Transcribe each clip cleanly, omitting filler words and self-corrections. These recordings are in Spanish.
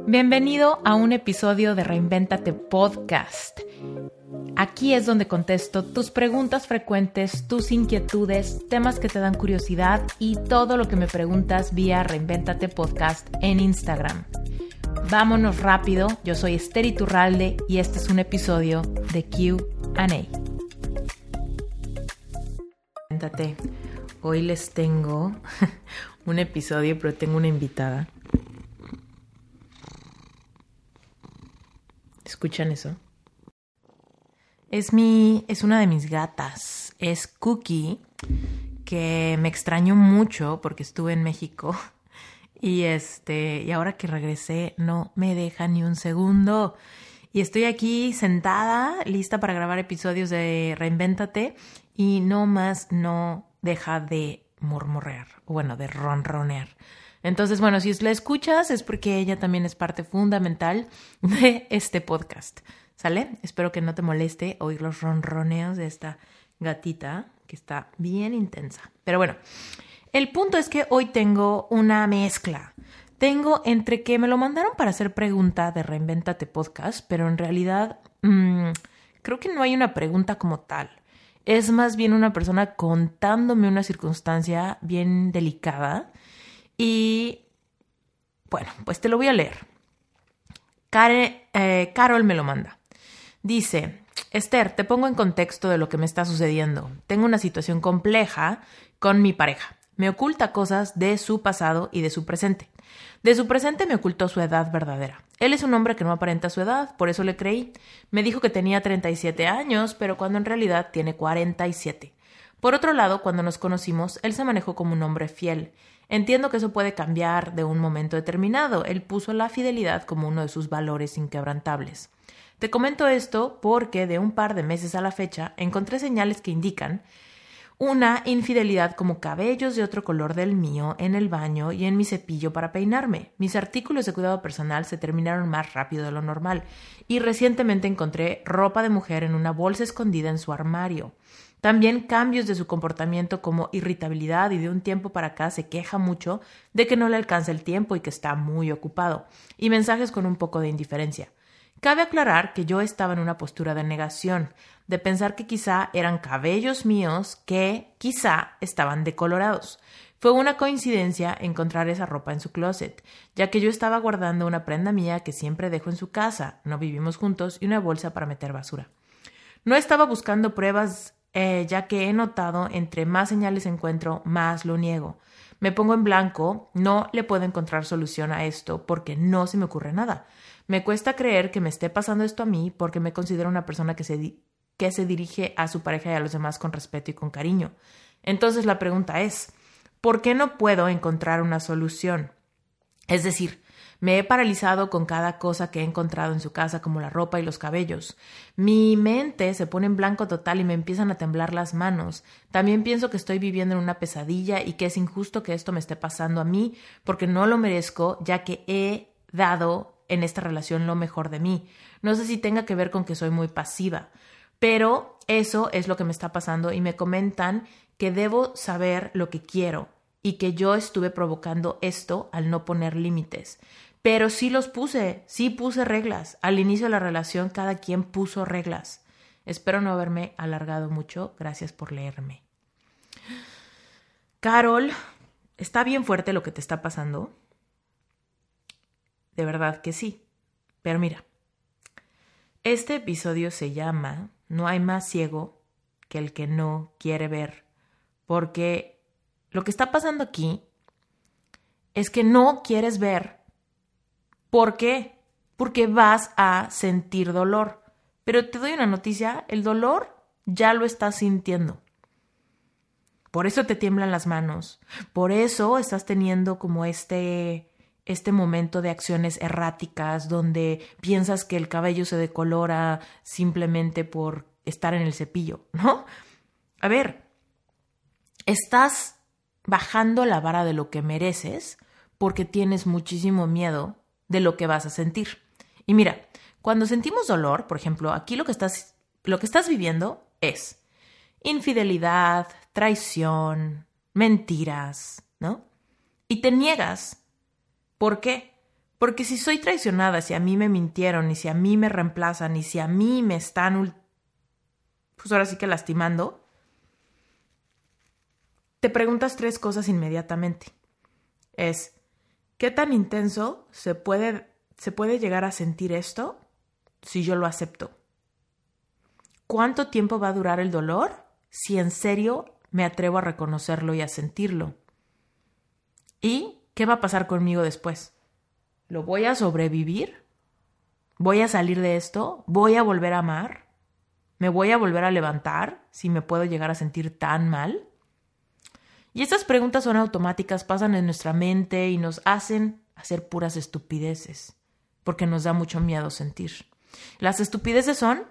Bienvenido a un episodio de Reinvéntate Podcast. Aquí es donde contesto tus preguntas frecuentes, tus inquietudes, temas que te dan curiosidad y todo lo que me preguntas vía Reinvéntate Podcast en Instagram. Vámonos rápido, yo soy Esther Iturralde y este es un episodio de Q&A. Reinvéntate. Hoy les tengo un episodio, pero tengo una invitada. ¿Escuchan eso? Es una de mis gatas. Es Cookie, que me extrañó mucho porque estuve en México. Y ahora que regresé no me deja ni un segundo. Y estoy aquí sentada, lista para grabar episodios de Reinvéntate. Y no deja de murmurar, de ronronear. Entonces, si la escuchas es porque ella también es parte fundamental de este podcast, ¿sale? Espero que no te moleste oír los ronroneos de esta gatita que está bien intensa. Pero bueno, el punto es que hoy tengo una mezcla. Tengo entre que me lo mandaron para hacer pregunta de Reinvéntate Podcast, pero en realidad creo que no hay una pregunta como tal. Es más bien una persona contándome una circunstancia bien delicada. Y pues te lo voy a leer. Carol me lo manda. Dice: Esther, te pongo en contexto de lo que me está sucediendo. Tengo una situación compleja con mi pareja. Me oculta cosas de su pasado y de su presente. De su presente me ocultó su edad verdadera. Él es un hombre que no aparenta su edad, por eso le creí. Me dijo que tenía 37 años, pero cuando en realidad tiene 47. Por otro lado, cuando nos conocimos, él se manejó como un hombre fiel. Entiendo que eso puede cambiar de un momento determinado. Él puso la fidelidad como uno de sus valores inquebrantables. Te comento esto porque de un par de meses a la fecha encontré señales que indican una infidelidad como cabellos de otro color del mío en el baño y en mi cepillo para peinarme. Mis artículos de cuidado personal se terminaron más rápido de lo normal y recientemente encontré ropa de mujer en una bolsa escondida en su armario. También cambios de su comportamiento como irritabilidad y de un tiempo para acá se queja mucho de que no le alcanza el tiempo y que está muy ocupado, y mensajes con un poco de indiferencia. Cabe aclarar que yo estaba en una postura de negación, de pensar que quizá eran cabellos míos que quizá estaban decolorados. Fue una coincidencia encontrar esa ropa en su closet, ya que yo estaba guardando una prenda mía que siempre dejo en su casa, no vivimos juntos, y una bolsa para meter basura. No estaba buscando pruebas, ya que he notado entre más señales encuentro, más lo niego. Me pongo en blanco, no le puedo encontrar solución a esto porque no se me ocurre nada. Me cuesta creer que me esté pasando esto a mí porque me considero una persona que se dirige a su pareja y a los demás con respeto y con cariño. Entonces la pregunta es, ¿por qué no puedo encontrar una solución? Es decir, me he paralizado con cada cosa que he encontrado en su casa, como la ropa y los cabellos. Mi mente se pone en blanco total y me empiezan a temblar las manos. También pienso que estoy viviendo en una pesadilla y que es injusto que esto me esté pasando a mí porque no lo merezco, ya que he dado en esta relación lo mejor de mí. No sé si tenga que ver con que soy muy pasiva, pero eso es lo que me está pasando y me comentan que debo saber lo que quiero y que yo estuve provocando esto al no poner límites. Pero sí puse reglas. Al inicio de la relación cada quien puso reglas. Espero no haberme alargado mucho. Gracias por leerme. Carol, está bien fuerte lo que te está pasando. De verdad que sí. Pero mira, este episodio se llama No hay más ciego que el que no quiere ver. Porque lo que está pasando aquí es que no quieres ver. ¿Por qué? Porque vas a sentir dolor. Pero te doy una noticia, el dolor ya lo estás sintiendo. Por eso te tiemblan las manos. Por eso estás teniendo como este momento de acciones erráticas donde piensas que el cabello se decolora simplemente por estar en el cepillo, ¿no? A ver, estás bajando la vara de lo que mereces porque tienes muchísimo miedo de lo que vas a sentir. Y mira, cuando sentimos dolor, por ejemplo, aquí lo que estás viviendo es infidelidad, traición, mentiras, ¿no? Y te niegas. ¿Por qué? Porque si soy traicionada, si a mí me mintieron, y si a mí me reemplazan, y si a mí me están, pues ahora sí que lastimando, te preguntas 3 cosas inmediatamente. ¿Qué tan intenso se puede llegar a sentir esto si yo lo acepto? ¿Cuánto tiempo va a durar el dolor si en serio me atrevo a reconocerlo y a sentirlo? ¿Y qué va a pasar conmigo después? ¿Lo voy a sobrevivir? ¿Voy a salir de esto? ¿Voy a volver a amar? ¿Me voy a volver a levantar si me puedo llegar a sentir tan mal? Y estas preguntas son automáticas, pasan en nuestra mente y nos hacen hacer puras estupideces, porque nos da mucho miedo sentir. Las estupideces son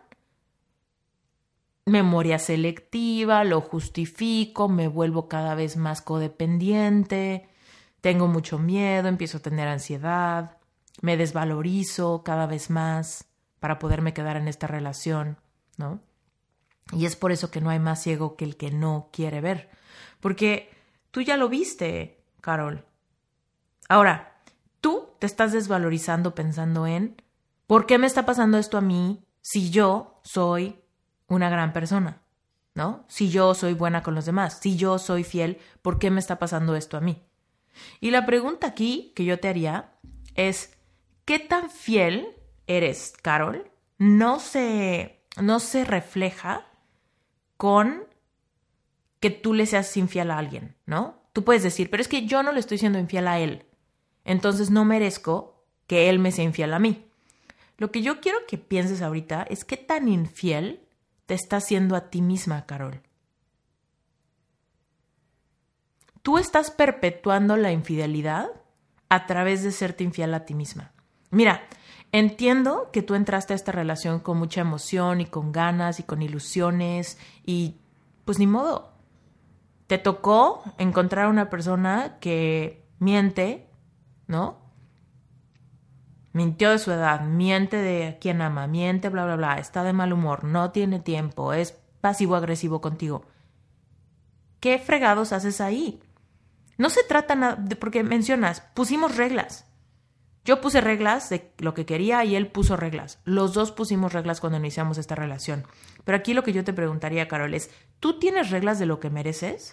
memoria selectiva, lo justifico, me vuelvo cada vez más codependiente, tengo mucho miedo, empiezo a tener ansiedad, me desvalorizo cada vez más para poderme quedar en esta relación, ¿no? Y es por eso que no hay más ciego que el que no quiere ver. Porque tú ya lo viste, Carol. Ahora, tú te estás desvalorizando pensando en ¿por qué me está pasando esto a mí si yo soy una gran persona? ¿No? Si yo soy buena con los demás, si yo soy fiel, ¿por qué me está pasando esto a mí? Y la pregunta aquí que yo te haría es ¿qué tan fiel eres, Carol? No se refleja con que tú le seas infiel a alguien, ¿no? Tú puedes decir, pero es que yo no le estoy siendo infiel a él, entonces no merezco que él me sea infiel a mí. Lo que yo quiero que pienses ahorita es qué tan infiel te estás siendo a ti misma, Carol. Tú estás perpetuando la infidelidad a través de serte infiel a ti misma. Mira, entiendo que tú entraste a esta relación con mucha emoción y con ganas y con ilusiones y pues ni modo. Te tocó encontrar a una persona que miente, ¿no? Mintió de su edad, miente de a quién ama, miente, bla, bla, bla, está de mal humor, no tiene tiempo, es pasivo-agresivo contigo. ¿Qué fregados haces ahí? No se trata nada de, porque mencionas, pusimos reglas. Yo puse reglas de lo que quería y él puso reglas. Los dos pusimos reglas cuando iniciamos esta relación. Pero aquí lo que yo te preguntaría, Carol, es, ¿tú tienes reglas de lo que mereces?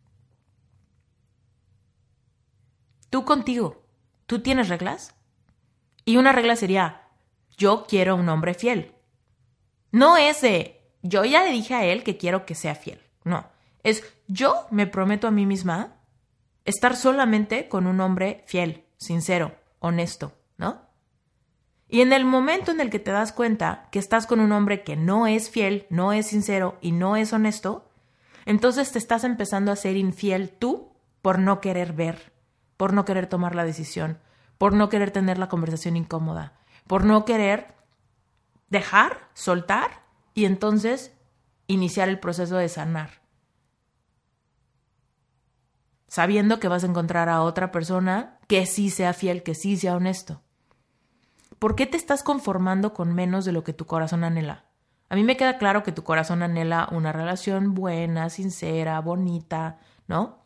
Tú contigo, ¿tú tienes reglas? Y una regla sería, yo quiero un hombre fiel. No es de, yo ya le dije a él que quiero que sea fiel. No, es yo me prometo a mí misma estar solamente con un hombre fiel, sincero, honesto, ¿no? Y en el momento en el que te das cuenta que estás con un hombre que no es fiel, no es sincero y no es honesto, entonces te estás empezando a ser infiel tú por no querer ver, por no querer tomar la decisión, por no querer tener la conversación incómoda, por no querer dejar, soltar y entonces iniciar el proceso de sanar. Sabiendo que vas a encontrar a otra persona que sí sea fiel, que sí sea honesto. ¿Por qué te estás conformando con menos de lo que tu corazón anhela? A mí me queda claro que tu corazón anhela una relación buena, sincera, bonita, ¿no?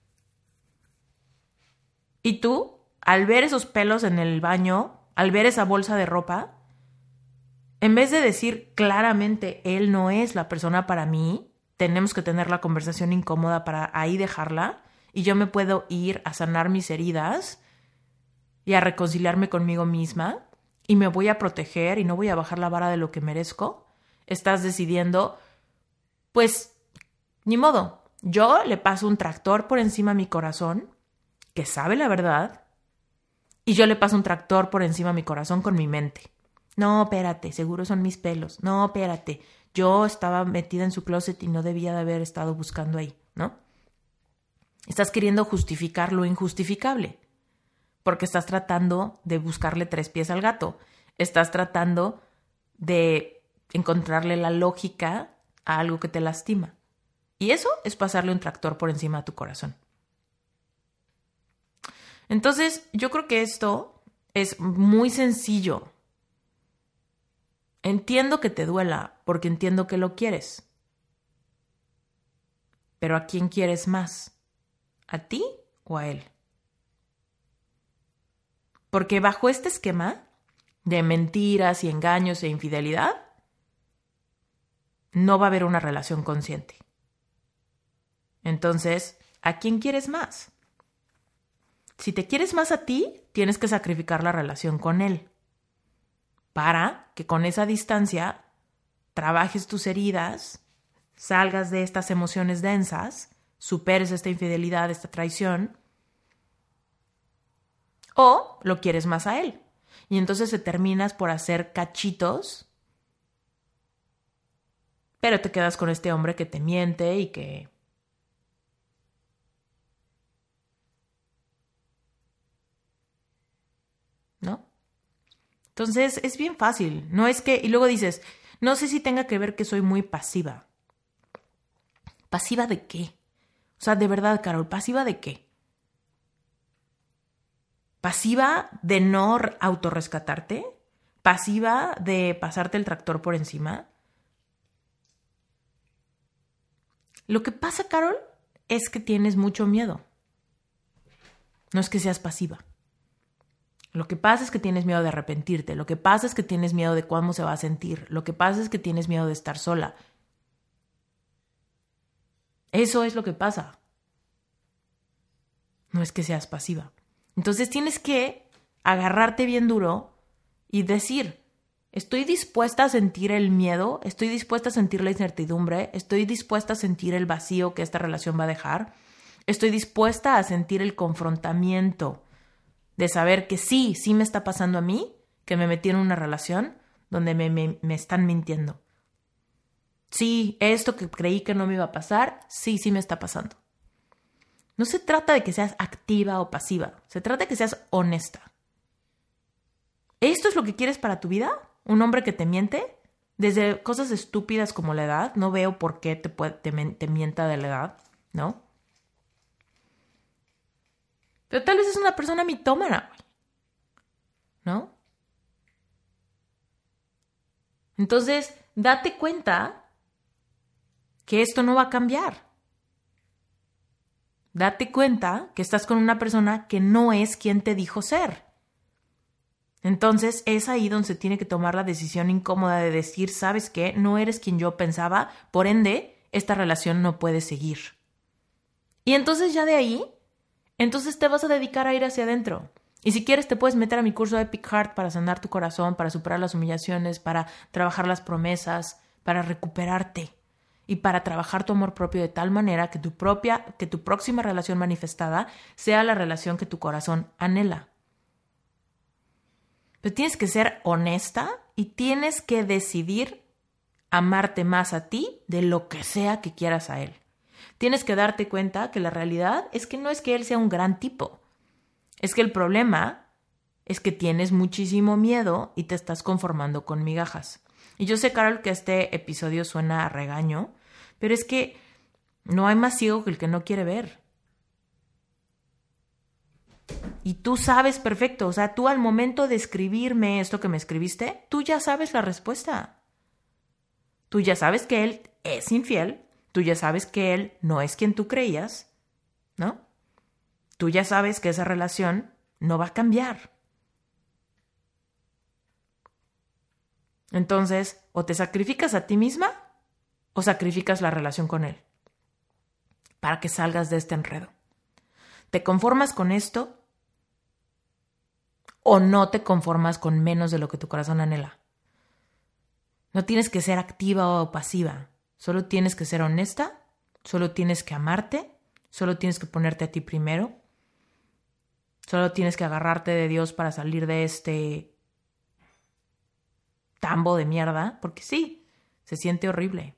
Y tú, al ver esos pelos en el baño, al ver esa bolsa de ropa, en vez de decir claramente, él no es la persona para mí, tenemos que tener la conversación incómoda para ahí dejarla, y yo me puedo ir a sanar mis heridas y a reconciliarme conmigo misma y me voy a proteger y no voy a bajar la vara de lo que merezco, estás decidiendo, pues, ni modo, yo le paso un tractor por encima a mi corazón, que sabe la verdad, y yo le paso un tractor por encima a mi corazón con mi mente. No, espérate, seguro son mis pelos. No, espérate, yo estaba metida en su closet y no debía de haber estado buscando ahí, ¿no? Estás queriendo justificar lo injustificable, porque estás tratando de buscarle 3 pies al gato. Estás tratando de encontrarle la lógica a algo que te lastima. Y eso es pasarle un tractor por encima a tu corazón. Entonces, yo creo que esto es muy sencillo. Entiendo que te duela, porque entiendo que lo quieres. Pero ¿a quién quieres más? ¿A ti o a él? Porque bajo este esquema de mentiras y engaños e infidelidad, no va a haber una relación consciente. Entonces, ¿a quién quieres más? Si te quieres más a ti, tienes que sacrificar la relación con él para que con esa distancia trabajes tus heridas, salgas de estas emociones densas, superes esta infidelidad, esta traición, o lo quieres más a él. Y entonces te terminas por hacer cachitos, pero te quedas con este hombre que te miente y que... ¿no? Entonces es bien fácil, no es que... Y luego dices, no sé si tenga que ver que soy muy pasiva. ¿Pasiva de qué? O sea, de verdad, Carol, ¿pasiva de qué? ¿Pasiva de no autorrescatarte? ¿Pasiva de pasarte el tractor por encima? Lo que pasa, Carol, es que tienes mucho miedo. No es que seas pasiva. Lo que pasa es que tienes miedo de arrepentirte. Lo que pasa es que tienes miedo de cómo se va a sentir. Lo que pasa es que tienes miedo de estar sola. Eso es lo que pasa. No es que seas pasiva. Entonces tienes que agarrarte bien duro y decir, estoy dispuesta a sentir el miedo, estoy dispuesta a sentir la incertidumbre, estoy dispuesta a sentir el vacío que esta relación va a dejar, estoy dispuesta a sentir el confrontamiento de saber que sí me está pasando a mí, que me metí en una relación donde me están mintiendo. Sí, esto que creí que no me iba a pasar, sí me está pasando. No se trata de que seas activa o pasiva, se trata de que seas honesta. ¿Esto es lo que quieres para tu vida? ¿Un hombre que te miente? Desde cosas estúpidas como la edad, no veo por qué te mienta de la edad, ¿no? Pero tal vez es una persona mitómana, ¿no? Entonces, date cuenta que esto no va a cambiar. Date cuenta que estás con una persona que no es quien te dijo ser. Entonces es ahí donde se tiene que tomar la decisión incómoda de decir, ¿sabes qué? No eres quien yo pensaba, por ende, esta relación no puede seguir. Y entonces ya de ahí, entonces te vas a dedicar a ir hacia adentro. Y si quieres te puedes meter a mi curso Epic Heart para sanar tu corazón, para superar las humillaciones, para trabajar las promesas, para recuperarte. Y para trabajar tu amor propio de tal manera que tu próxima relación manifestada sea la relación que tu corazón anhela. Pero tienes que ser honesta y tienes que decidir amarte más a ti de lo que sea que quieras a él. Tienes que darte cuenta que la realidad es que no es que él sea un gran tipo. Es que el problema es que tienes muchísimo miedo y te estás conformando con migajas. Y yo sé, Carol, que este episodio suena a regaño, pero es que no hay más ciego que el que no quiere ver. Y tú sabes perfecto, o sea, tú al momento de escribirme esto que me escribiste, tú ya sabes la respuesta. Tú ya sabes que él es infiel, tú ya sabes que él no es quien tú creías, ¿no? Tú ya sabes que esa relación no va a cambiar. Entonces, o te sacrificas a ti misma o sacrificas la relación con él para que salgas de este enredo. ¿Te conformas con esto o no te conformas con menos de lo que tu corazón anhela? No tienes que ser activa o pasiva, solo tienes que ser honesta, solo tienes que amarte, solo tienes que ponerte a ti primero, solo tienes que agarrarte de Dios para salir de este tambo de mierda, porque sí, se siente horrible.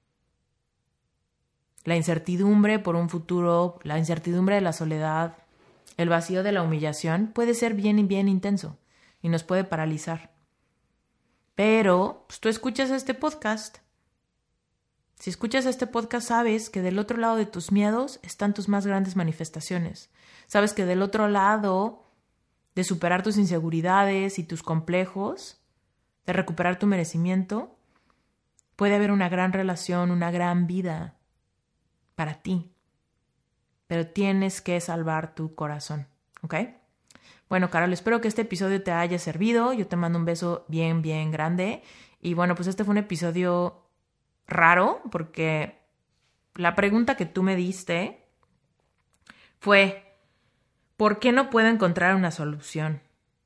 La incertidumbre por un futuro, la incertidumbre de la soledad, el vacío de la humillación puede ser bien intenso y nos puede paralizar. Pero pues, tú escuchas este podcast. Si escuchas este podcast sabes que del otro lado de tus miedos están tus más grandes manifestaciones. Sabes que del otro lado de superar tus inseguridades y tus complejos, de recuperar tu merecimiento, puede haber una gran relación, una gran vida para ti, pero tienes que salvar tu corazón, ¿ok? Bueno, Carol, espero que este episodio te haya servido. Yo te mando un beso bien, bien grande. Y bueno, pues este fue un episodio raro porque la pregunta que tú me diste fue, ¿por qué no puedo encontrar una solución?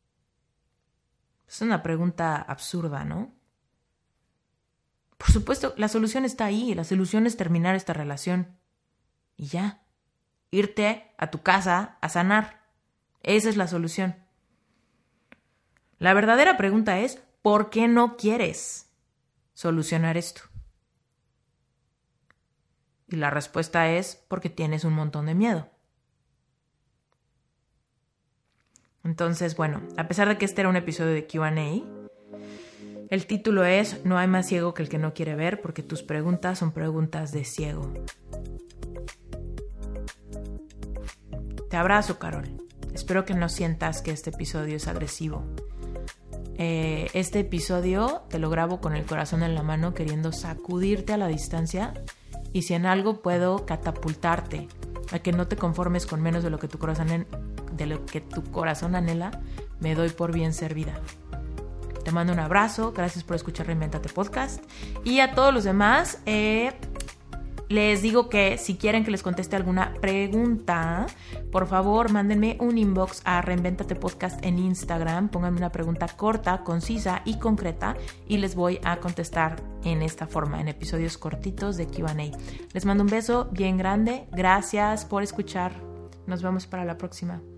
Es una pregunta absurda, ¿no? Por supuesto, la solución está ahí. La solución es terminar esta relación. Y ya. Irte a tu casa a sanar. Esa es la solución. La verdadera pregunta es, ¿por qué no quieres solucionar esto? Y la respuesta es porque tienes un montón de miedo. Entonces, bueno, a pesar de que este era un episodio de Q&A, el título es No hay más ciego que el que no quiere ver, porque tus preguntas son preguntas de ciego. Te abrazo, Carol. Espero que no sientas que este episodio es agresivo. Este episodio te lo grabo con el corazón en la mano, queriendo sacudirte a la distancia, y si en algo puedo catapultarte a que no te conformes con menos de lo que tu corazón anhela, me doy por bien servida. Te mando un abrazo, gracias por escuchar Reinvéntate Podcast. Y a todos los demás, les digo que si quieren que les conteste alguna pregunta, por favor, mándenme un inbox a Reinvéntate Podcast en Instagram. Pónganme una pregunta corta, concisa y concreta y les voy a contestar en esta forma, en episodios cortitos de Q&A. Les mando un beso bien grande. Gracias por escuchar. Nos vemos para la próxima.